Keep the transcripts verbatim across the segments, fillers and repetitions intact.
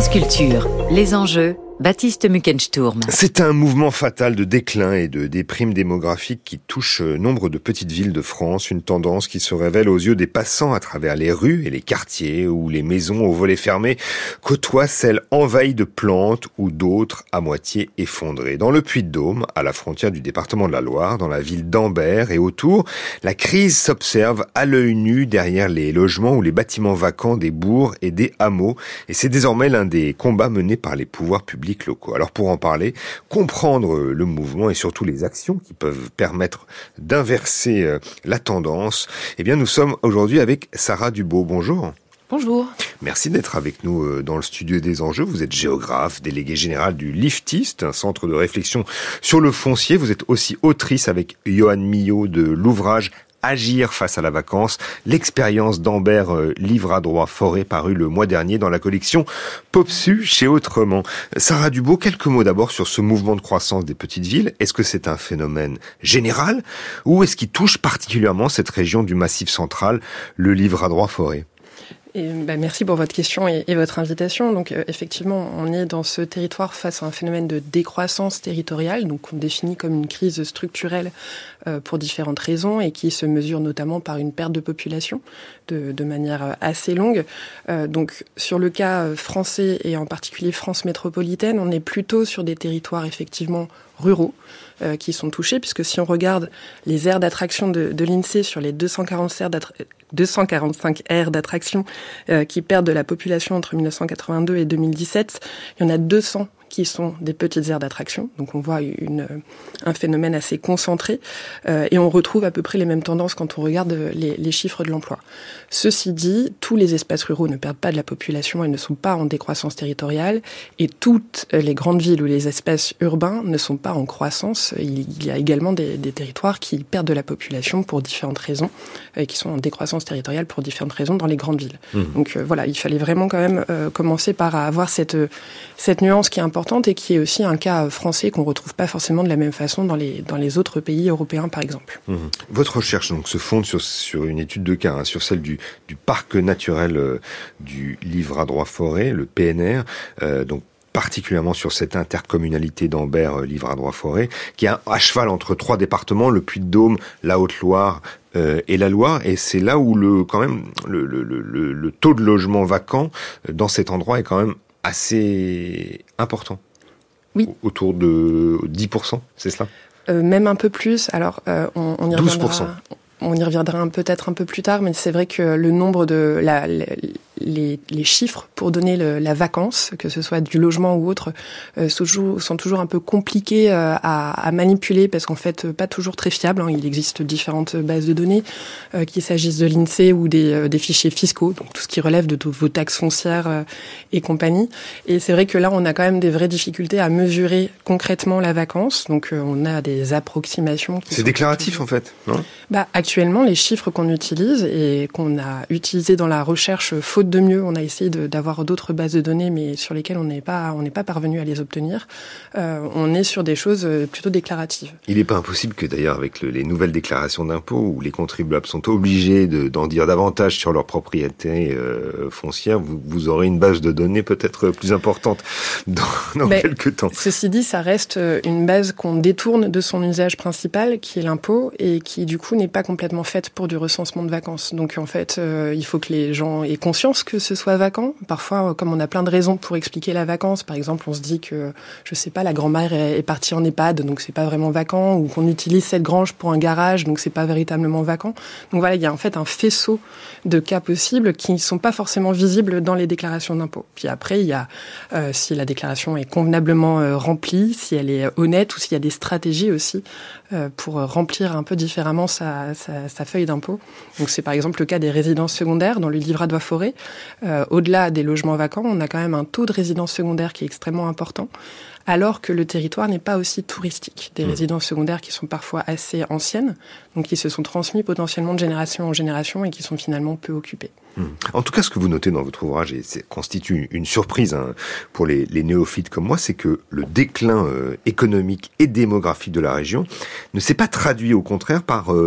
France Culture, les enjeux, Baptiste Muckensturm. C'est un mouvement fatal de déclin et de déprime démographique qui touche nombre de petites villes de France, une tendance qui se révèle aux yeux des passants à travers les rues et les quartiers où les maisons aux volets fermés côtoient celles envahies de plantes ou d'autres à moitié effondrées. Dans le Puy-de-Dôme, à la frontière du département de la Loire, dans la ville d'Ambert et autour, la crise s'observe à l'œil nu derrière les logements ou les bâtiments vacants des bourgs et des hameaux, et c'est désormais l'un des combats menés par les pouvoirs publics locaux. Alors pour en parler, comprendre le mouvement et surtout les actions qui peuvent permettre d'inverser la tendance, eh bien nous sommes aujourd'hui avec Sarah Dubo. Bonjour. Bonjour. Merci d'être avec nous dans le studio des enjeux. Vous êtes géographe, délégué général du Liftist, un centre de réflexion sur le foncier. Vous êtes aussi autrice avec Johan Millot de l'ouvrage Agir face à la vacance, l'expérience d'Ambert euh, livre à droit forêt paru le mois dernier dans la collection Popsu chez Autrement. Sarah Dubo, quelques mots d'abord sur ce mouvement de croissance des petites villes. Est-ce que c'est un phénomène général ou est-ce qu'il touche particulièrement cette région du Massif central, le livre à droit forêt ? Et bah, merci pour votre question et, et votre invitation. Donc euh, effectivement, on est dans ce territoire face à un phénomène de décroissance territoriale, donc on définit comme une crise structurelle euh, pour différentes raisons et qui se mesure notamment par une perte de population de, de manière assez longue. Euh, donc sur le cas français et en particulier France métropolitaine, on est plutôt sur des territoires effectivement ruraux euh, qui sont touchés, puisque si on regarde les aires d'attraction de, de l'INSEE sur les deux cent quarante-cinq aires d'attraction euh, qui perdent de la population entre mille neuf cent quatre-vingt-deux et deux mille dix-sept, il y en a deux cents qui sont des petites aires d'attraction. Donc on voit une, un phénomène assez concentré euh, et on retrouve à peu près les mêmes tendances quand on regarde les, les chiffres de l'emploi. Ceci dit, tous les espaces ruraux ne perdent pas de la population et ne sont pas en décroissance territoriale, et toutes les grandes villes ou les espaces urbains ne sont pas en croissance. Il y a également des, des territoires qui perdent de la population pour différentes raisons et qui sont en décroissance territoriale pour différentes raisons dans les grandes villes. Mmh. Donc euh, voilà, il fallait vraiment quand même euh, commencer par avoir cette, cette nuance qui est importante et qui est aussi un cas français qu'on ne retrouve pas forcément de la même façon dans les, dans les autres pays européens, par exemple. Mmh. Votre recherche donc, se fonde sur, sur une étude de cas, hein, sur celle du, du parc naturel euh, du livre à droit forêt, le P N R, euh, donc particulièrement sur cette intercommunalité d'Ambert, euh, livre à droit forêt, qui est à cheval entre trois départements, le Puy-de-Dôme, la Haute-Loire euh, et la Loire, et c'est là où le, quand même, le, le, le, le taux de logement vacant euh, dans cet endroit est quand même assez important. Oui. Autour de dix pour cent, c'est cela ? euh, Même un peu plus. Alors, euh, on, on y douze pour cent. reviendra. On y reviendra un, peut-être un peu plus tard, mais c'est vrai que le nombre de la, la, les, les chiffres pour donner le, la vacance, que ce soit du logement ou autre, euh, sont, toujours, sont toujours un peu compliqués euh, à, à manipuler parce qu'en fait, pas toujours très fiables. Hein. Il existe différentes bases de données, euh, qu'il s'agisse de l'INSEE ou des, euh, des fichiers fiscaux, donc tout ce qui relève de toutes vos taxes foncières euh, et compagnie. Et c'est vrai que là, on a quand même des vraies difficultés à mesurer concrètement la vacance. Donc, euh, on a des approximations. Qui c'est déclaratif, en fait, non ? Bah, actuellement, les chiffres qu'on utilise et qu'on a utilisés dans la recherche, faute de mieux, on a essayé de, d'avoir d'autres bases de données, mais sur lesquelles on n'est pas, on n'est pas parvenu à les obtenir. Euh, on est sur des choses plutôt déclaratives. Il n'est pas impossible que d'ailleurs, avec le, les nouvelles déclarations d'impôts, où les contribuables sont obligés de, d'en dire davantage sur leur propriété euh, foncière, vous, vous aurez une base de données peut-être plus importante dans, dans mais, quelques temps. Ceci dit, ça reste une base qu'on détourne de son usage principal, qui est l'impôt, et qui du coup n'est pas complètement faite pour du recensement de vacances. Donc en fait, euh, il faut que les gens aient conscience que ce soit vacant. Parfois, comme on a plein de raisons pour expliquer la vacance, par exemple, on se dit que, je sais pas, la grand-mère est, est partie en EHPAD, donc c'est pas vraiment vacant, ou qu'on utilise cette grange pour un garage, donc c'est pas véritablement vacant. Donc voilà, il y a en fait un faisceau de cas possibles qui ne sont pas forcément visibles dans les déclarations d'impôts. Puis après, il y a euh, si la déclaration est convenablement euh, remplie, si elle est honnête, ou s'il y a des stratégies aussi euh, pour remplir un peu différemment sa, sa, sa feuille d'impôt. Donc c'est par exemple le cas des résidences secondaires dans le livret à droit forêt. Euh, au-delà des logements vacants, on a quand même un taux de résidences secondaires qui est extrêmement important, alors que le territoire n'est pas aussi touristique. Des mmh. résidences secondaires qui sont parfois assez anciennes, donc qui se sont transmises potentiellement de génération en génération et qui sont finalement peu occupées. Mmh. En tout cas, ce que vous notez dans votre ouvrage, et c'est constitue une surprise hein, pour les, les néophytes comme moi, c'est que le déclin euh, économique et démographique de la région ne s'est pas traduit, au contraire, par... Euh,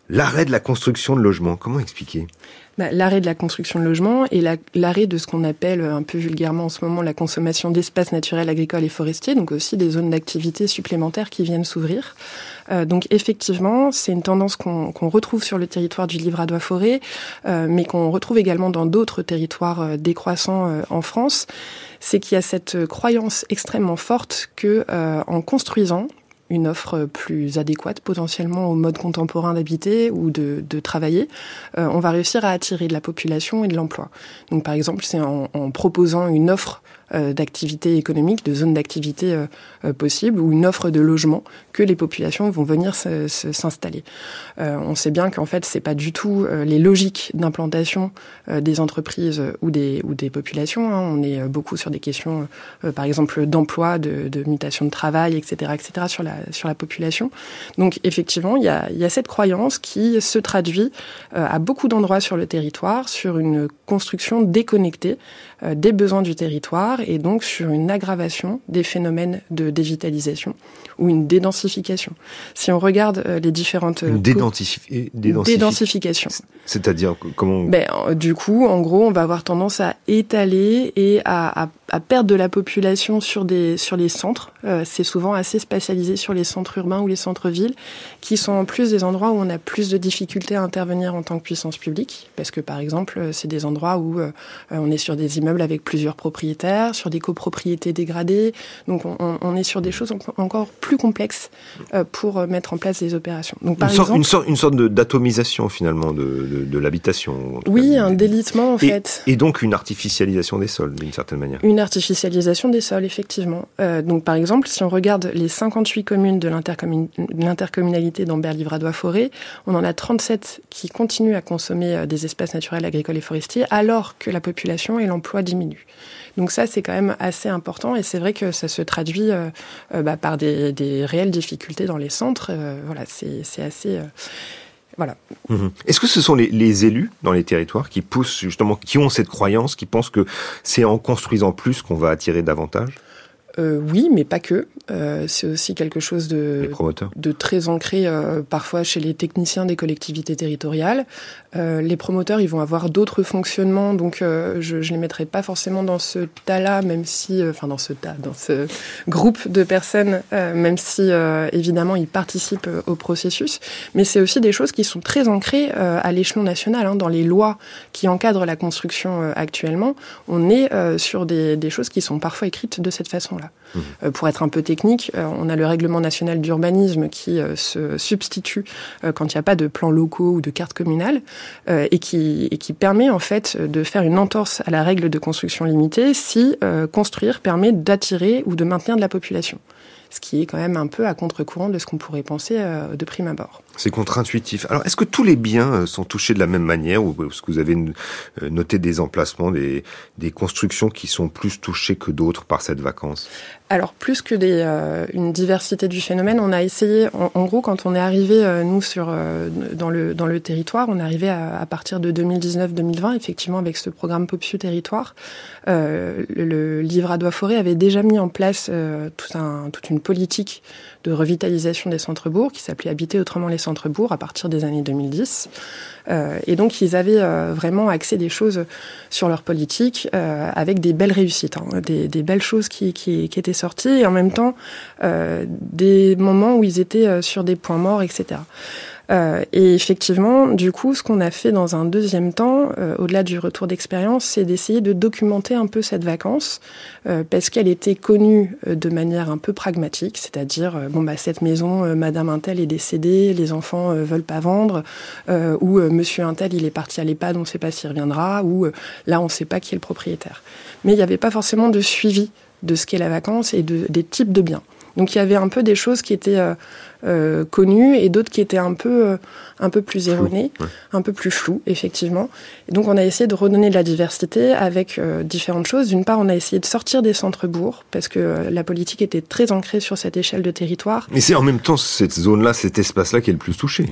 L'arrêt de la construction de logements, comment expliquer ? Bah, l'arrêt de la construction de logements et la, l'arrêt de ce qu'on appelle un peu vulgairement en ce moment la consommation d'espaces naturels, agricoles et forestiers, donc aussi des zones d'activité supplémentaires qui viennent s'ouvrir. Euh, donc effectivement, c'est une tendance qu'on, qu'on retrouve sur le territoire du Livradois-Forêt, euh, mais qu'on retrouve également dans d'autres territoires euh, décroissants euh, en France. C'est qu'il y a cette croyance extrêmement forte que euh, en construisant une offre plus adéquate potentiellement au mode contemporain d'habiter ou de, de travailler, euh, on va réussir à attirer de la population et de l'emploi. Donc par exemple, c'est en, en proposant une offre euh, d'activité économique, de zones d'activité euh, euh, possibles ou une offre de logement que les populations vont venir se, se, s'installer. Euh, on sait bien qu'en fait, c'est pas du tout euh, les logiques d'implantation euh, des entreprises ou des, ou des populations. Hein. On est beaucoup sur des questions, euh, par exemple, d'emploi, de, de mutation de travail, et cetera, et cetera, sur la sur la population. Donc effectivement, il y a, il y a cette croyance qui se traduit euh, à beaucoup d'endroits sur le territoire, sur une construction déconnectée euh, des besoins du territoire et donc sur une aggravation des phénomènes de végétalisation ou une dédensification. Si on regarde euh, les différentes... Une dédensifi- dédensifi- dédensification. C'est-à-dire comment... Ben, du coup, en gros, on va avoir tendance à étaler et à, à, à perdre de la population sur, des, sur les centres. Euh, c'est souvent assez spatialisé sur les centres urbains ou les centres-villes, qui sont en plus des endroits où on a plus de difficultés à intervenir en tant que puissance publique, parce que par exemple, c'est des endroits où euh, on est sur des immeubles avec plusieurs propriétaires, sur des copropriétés dégradées, donc on, on est sur des choses encore plus complexes euh, pour mettre en place des opérations. Donc, par une, sorte, exemple, une, sorte, une sorte de, d'atomisation finalement de, de, de l'habitation. Oui, cas, un délitement en et, fait. Et donc une artificialisation des sols d'une certaine manière. Une artificialisation des sols, effectivement. Euh, donc par exemple, si on regarde les cinquante-huit communes de l'intercommun... l'intercommunalité d'Ambert-Livradois-Forêt, on en a trente-sept qui continuent à consommer des espaces naturels, agricoles et forestiers, alors que la population et l'emploi diminuent. Donc ça, c'est quand même assez important et c'est vrai que ça se traduit euh, euh, bah, par des, des réelles difficultés dans les centres. Euh, voilà, c'est, c'est assez... Euh, Voilà. Mmh. Est-ce que ce sont les, les élus dans les territoires qui poussent justement, qui ont cette croyance, qui pensent que c'est en construisant plus qu'on va attirer davantage ? Euh, oui, mais pas que. Euh, c'est aussi quelque chose de, de très ancré euh, parfois chez les techniciens des collectivités territoriales. Euh, les promoteurs, ils vont avoir d'autres fonctionnements, donc euh, je ne les mettrai pas forcément dans ce tas-là, même si, euh, enfin dans ce tas, dans ce groupe de personnes, euh, même si euh, évidemment ils participent euh, au processus. Mais c'est aussi des choses qui sont très ancrées euh, à l'échelon national, hein, dans les lois qui encadrent la construction euh, actuellement. On est euh, sur des, des choses qui sont parfois écrites de cette façon-là. Mmh. Euh, pour être un peu technique, euh, on a le règlement national d'urbanisme qui euh, se substitue euh, quand il n'y a pas de plans locaux ou de carte communale euh, et, qui, et qui permet en fait de faire une entorse à la règle de construction limitée si euh, construire permet d'attirer ou de maintenir de la population. Ce qui est quand même un peu à contre-courant de ce qu'on pourrait penser euh, de prime abord. C'est contre-intuitif. Alors, est-ce que tous les biens sont touchés de la même manière ou est-ce que vous avez noté des emplacements, des, des constructions qui sont plus touchées que d'autres par cette vacance ? Alors, plus que des, euh, une diversité du phénomène, on a essayé, en, en gros, quand on est arrivé, euh, nous, sur, euh, dans, le, dans le territoire, on est arrivé à, à partir de deux mille dix-neuf deux mille vingt, effectivement, avec ce programme Popsu Territoire. Euh, le, le Livradois-Forêt avait déjà mis en place euh, tout un, toute une politique de revitalisation des centres-bourgs qui s'appelait Habiter autrement les centres-bourgs à partir des années deux mille dix. Euh, et donc, ils avaient euh, vraiment axé des choses sur leur politique euh, avec des belles réussites, hein, des, des belles choses qui, qui, qui étaient sorties et en même temps euh, des moments où ils étaient euh, sur des points morts, et cetera. Euh, et effectivement, du coup, ce qu'on a fait dans un deuxième temps, euh, au-delà du retour d'expérience, c'est d'essayer de documenter un peu cette vacance, euh, parce qu'elle était connue euh, de manière un peu pragmatique, c'est-à-dire, euh, bon bah cette maison, euh, Madame Untel est décédée, les enfants euh, veulent pas vendre, euh, ou euh, Monsieur Untel il est parti à l'EHPAD, on ne sait pas s'il reviendra, ou euh, là on ne sait pas qui est le propriétaire. Mais il n'y avait pas forcément de suivi de ce qu'est la vacance et de, des types de biens. Donc il y avait un peu des choses qui étaient euh, euh, connues et d'autres qui étaient un peu, euh, un peu plus erronées, Flou, ouais. un peu plus floues, effectivement. Et donc on a essayé de redonner de la diversité avec euh, différentes choses. D'une part, on a essayé de sortir des centres-bourgs parce que euh, la politique était très ancrée sur cette échelle de territoire. Mais c'est en même temps cette zone-là, cet espace-là qui est le plus touché.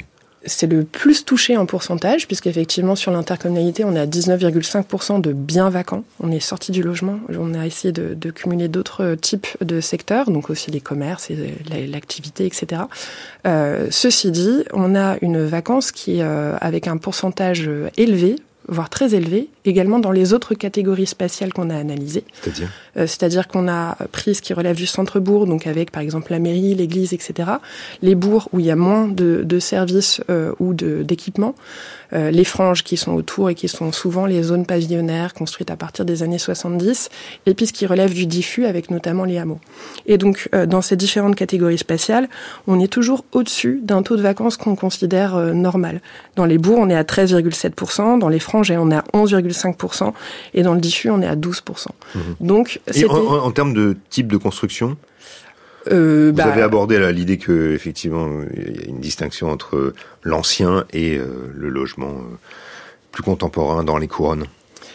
c'est le plus touché en pourcentage, puisqu'effectivement, sur l'intercommunalité, on est à dix-neuf virgule cinq pour cent de biens vacants. On est sorti du logement. On a essayé de, de cumuler d'autres types de secteurs, donc aussi les commerces, et l'activité, et cetera. Euh, ceci dit, on a une vacance qui est euh, avec un pourcentage élevé, voire très élevé, également dans les autres catégories spatiales qu'on a analysées. C'est-à-dire euh, C'est-à-dire qu'on a pris ce qui relève du centre-bourg, donc avec par exemple la mairie, l'église, et cetera. Les bourgs où il y a moins de, de services euh, ou de, d'équipements. Euh, les franges qui sont autour et qui sont souvent les zones pavillonnaires construites à partir des années soixante-dix. Et puis ce qui relève du diffus avec notamment les hameaux. Et donc euh, dans ces différentes catégories spatiales, on est toujours au-dessus d'un taux de vacances qu'on considère euh, normal. Dans les bourgs, on est à treize virgule sept pour cent. Dans les franges, on est à onze virgule cinq pour cent. Et dans le diffus, on est à douze pour cent. Mmh. Donc, et en, en, en termes de type de construction, euh, vous bah, avez abordé là, l'idée que effectivement il y a une distinction entre l'ancien et euh, le logement euh, plus contemporain dans les couronnes.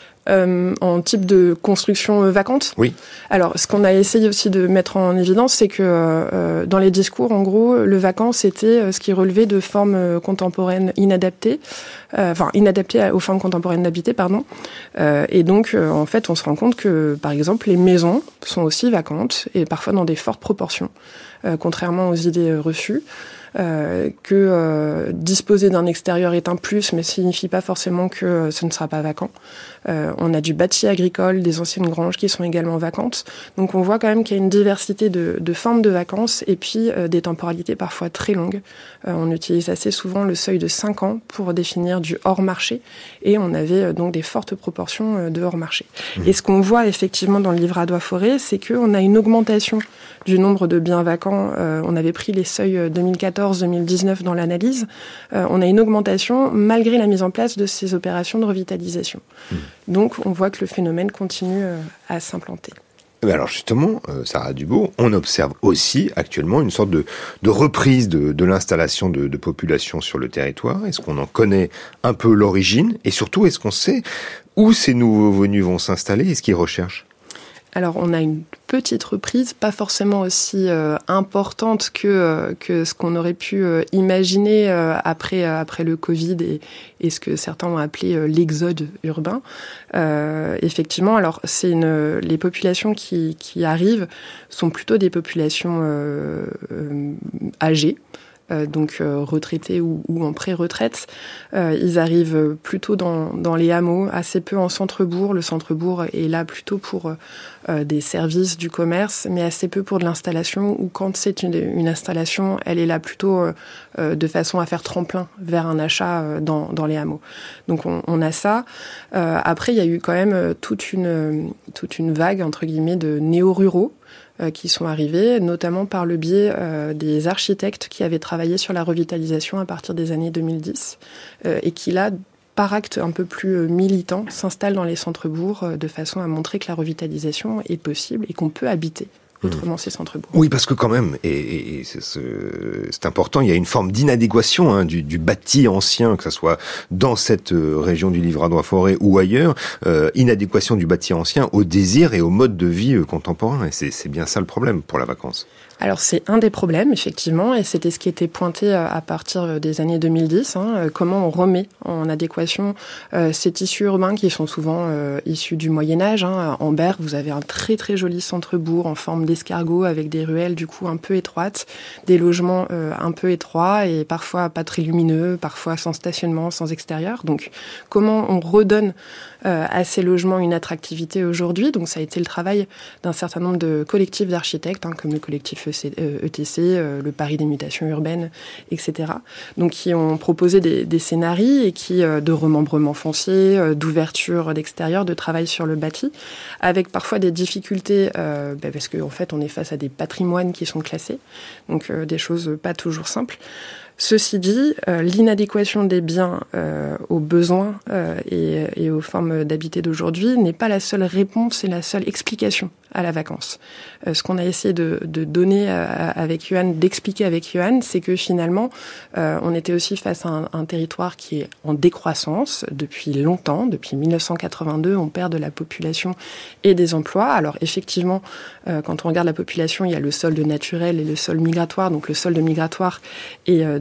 Euh, en type de construction euh, vacante. Oui. Alors, ce qu'on a essayé aussi de mettre en évidence, c'est que euh, dans les discours, en gros, le vacant, c'était euh, ce qui relevait de formes euh, contemporaines inadaptées, euh, enfin inadaptées aux formes contemporaines d'habiter, pardon. Euh, et donc, euh, en fait, on se rend compte que, par exemple, les maisons sont aussi vacantes et parfois dans des fortes proportions, euh, contrairement aux idées euh, reçues. Euh, que euh, disposer d'un extérieur est un plus, mais signifie pas forcément que euh, ce ne sera pas vacant. Euh, on a du bâti agricole, des anciennes granges qui sont également vacantes. Donc on voit quand même qu'il y a une diversité de, de formes de vacances et puis euh, des temporalités parfois très longues. Euh, on utilise assez souvent le seuil de cinq ans pour définir du hors-marché et on avait euh, donc des fortes proportions euh, de hors-marché. Mmh. Et ce qu'on voit effectivement dans le livre Adois-Forêt, c'est qu'on a une augmentation du nombre de biens vacants. Euh, on avait pris les seuils deux mille quatorze deux mille dix-neuf dans l'analyse. Euh, on a une augmentation malgré la mise en place de ces opérations de revitalisation. Mmh. Donc, on voit que le phénomène continue euh, à s'implanter. Alors justement, euh, Sarah Dubourg, on observe aussi actuellement une sorte de, de reprise de, de l'installation de, de population sur le territoire. Est-ce qu'on en connaît un peu l'origine? Et surtout, est-ce qu'on sait où ces nouveaux venus vont s'installer et ce qu'ils recherchent? Alors, on a une petite reprise, pas forcément aussi euh, importante que euh, que ce qu'on aurait pu euh, imaginer euh, après euh, après le Covid et, et ce que certains ont appelé euh, l'exode urbain. Euh, effectivement, alors c'est une les populations qui qui arrivent sont plutôt des populations euh, euh, âgées. Euh, donc euh, retraités ou, ou en pré-retraite. Euh, ils arrivent plutôt dans, dans les hameaux, assez peu en centre-bourg. Le centre-bourg est là plutôt pour euh, des services du commerce, mais assez peu pour de l'installation, ou quand c'est une, une installation, elle est là plutôt euh, de façon à faire tremplin vers un achat euh, dans, dans les hameaux. Donc on, on a ça. Euh, après, il y a eu quand même toute une, toute une vague, entre guillemets, de néo-ruraux, qui sont arrivés, notamment par le biais euh, des architectes qui avaient travaillé sur la revitalisation à partir des années deux mille dix euh, et qui, là, par acte un peu plus euh, militant, s'installent dans les centres-bourgs euh, de façon à montrer que la revitalisation est possible et qu'on peut habiter autrement ces centres-bourgs. Oui, parce que quand même, et, et, et c'est, c'est important, il y a une forme d'inadéquation hein, du, du bâti ancien, que ce soit dans cette euh, région du livre Adois-Forêt ou ailleurs, euh, inadéquation du bâti ancien au désir et au mode de vie euh, contemporain. Et c'est, c'est bien ça le problème pour la vacance. Alors c'est un des problèmes, effectivement, et c'était ce qui était pointé à partir des années deux mille dix, hein, comment on remet en adéquation euh, ces tissus urbains qui sont souvent euh, issus du Moyen-Âge. Hein. En Berre, vous avez un très très joli centre-bourg en forme d'escargot avec des ruelles du coup un peu étroites, des logements euh, un peu étroits et parfois pas très lumineux, parfois sans stationnement, sans extérieur. Donc comment on redonne euh, à ces logements une attractivité aujourd'hui? Donc ça a été le travail d'un certain nombre de collectifs d'architectes, hein, comme le collectif E T C, euh, le Paris des mutations urbaines, et cetera. Donc qui ont proposé des, des scénarios et qui euh, de remembrement foncier, euh, d'ouverture d'extérieur, de travail sur le bâti, avec parfois des difficultés euh, bah parce qu'en en fait on est face à des patrimoines qui sont classés, donc euh, des choses pas toujours simples. Ceci dit, euh, l'inadéquation des biens euh, aux besoins euh, et, et aux formes d'habiter d'aujourd'hui n'est pas la seule réponse et la seule explication à la vacance. Euh, ce qu'on a essayé de, de donner euh, avec Johan, d'expliquer avec Johan, c'est que finalement, euh, on était aussi face à un, un territoire qui est en décroissance depuis longtemps. Depuis mille neuf cent quatre-vingt-deux, on perd de la population et des emplois. Alors effectivement, euh, quand on regarde la population, il y a le solde naturel et le solde migratoire. Donc le solde migratoire est euh,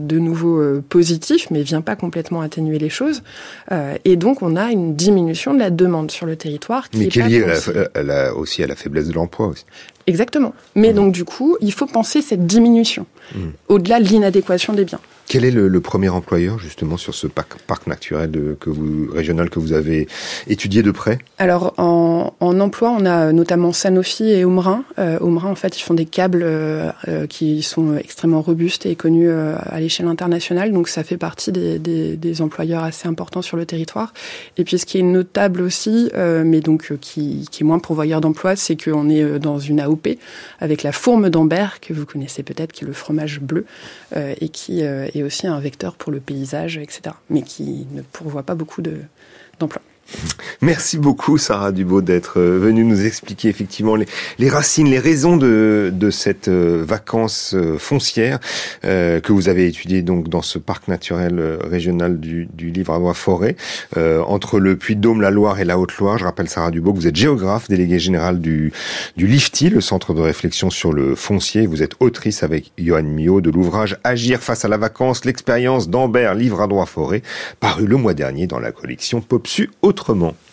de nouveau euh, positif, mais vient pas complètement atténuer les choses. Euh, et donc, on a une diminution de la demande sur le territoire. Qui mais est qui est pas liée possible. à la, à la, aussi à la faiblesse de l'emploi aussi. Exactement. Mais mmh. donc, du coup, il faut penser cette diminution, mmh. au-delà de l'inadéquation des biens. Quel est le, le premier employeur, justement, sur ce parc, parc naturel de, que vous, régional que vous avez étudié de près? Alors, en, en emploi, on a notamment Sanofi et Omrin. Euh, Omrin, en fait, ils font des câbles euh, euh, qui sont extrêmement robustes et connus euh, à l'échelle internationale. Donc, ça fait partie des, des, des employeurs assez importants sur le territoire. Et puis, ce qui est notable aussi, euh, mais donc euh, qui, qui est moins pourvoyeur d'emploi, c'est qu'on est dans une A O P avec la fourme d'Ambert, que vous connaissez peut-être, qui est le fromage bleu, euh, et qui euh, est aussi un vecteur pour le paysage, et cetera, mais qui ne pourvoit pas beaucoup de, d'emplois. Merci beaucoup, Sarah Dubaud, d'être venue nous expliquer effectivement les, les racines, les raisons de, de cette euh, vacance euh, foncière euh, que vous avez étudiée donc dans ce parc naturel euh, régional du, du Livradois-Forêt, euh, entre le Puy-de-Dôme, la Loire et la Haute-Loire. Je rappelle, Sarah Dubaud, que vous êtes géographe, déléguée générale du, du LIFTI, le Centre de réflexion sur le foncier. Vous êtes autrice avec Johan Millot de l'ouvrage Agir face à la vacance, l'expérience d'Ambert Livradois-Forêt, paru le mois dernier dans la collection Popsu Autrement.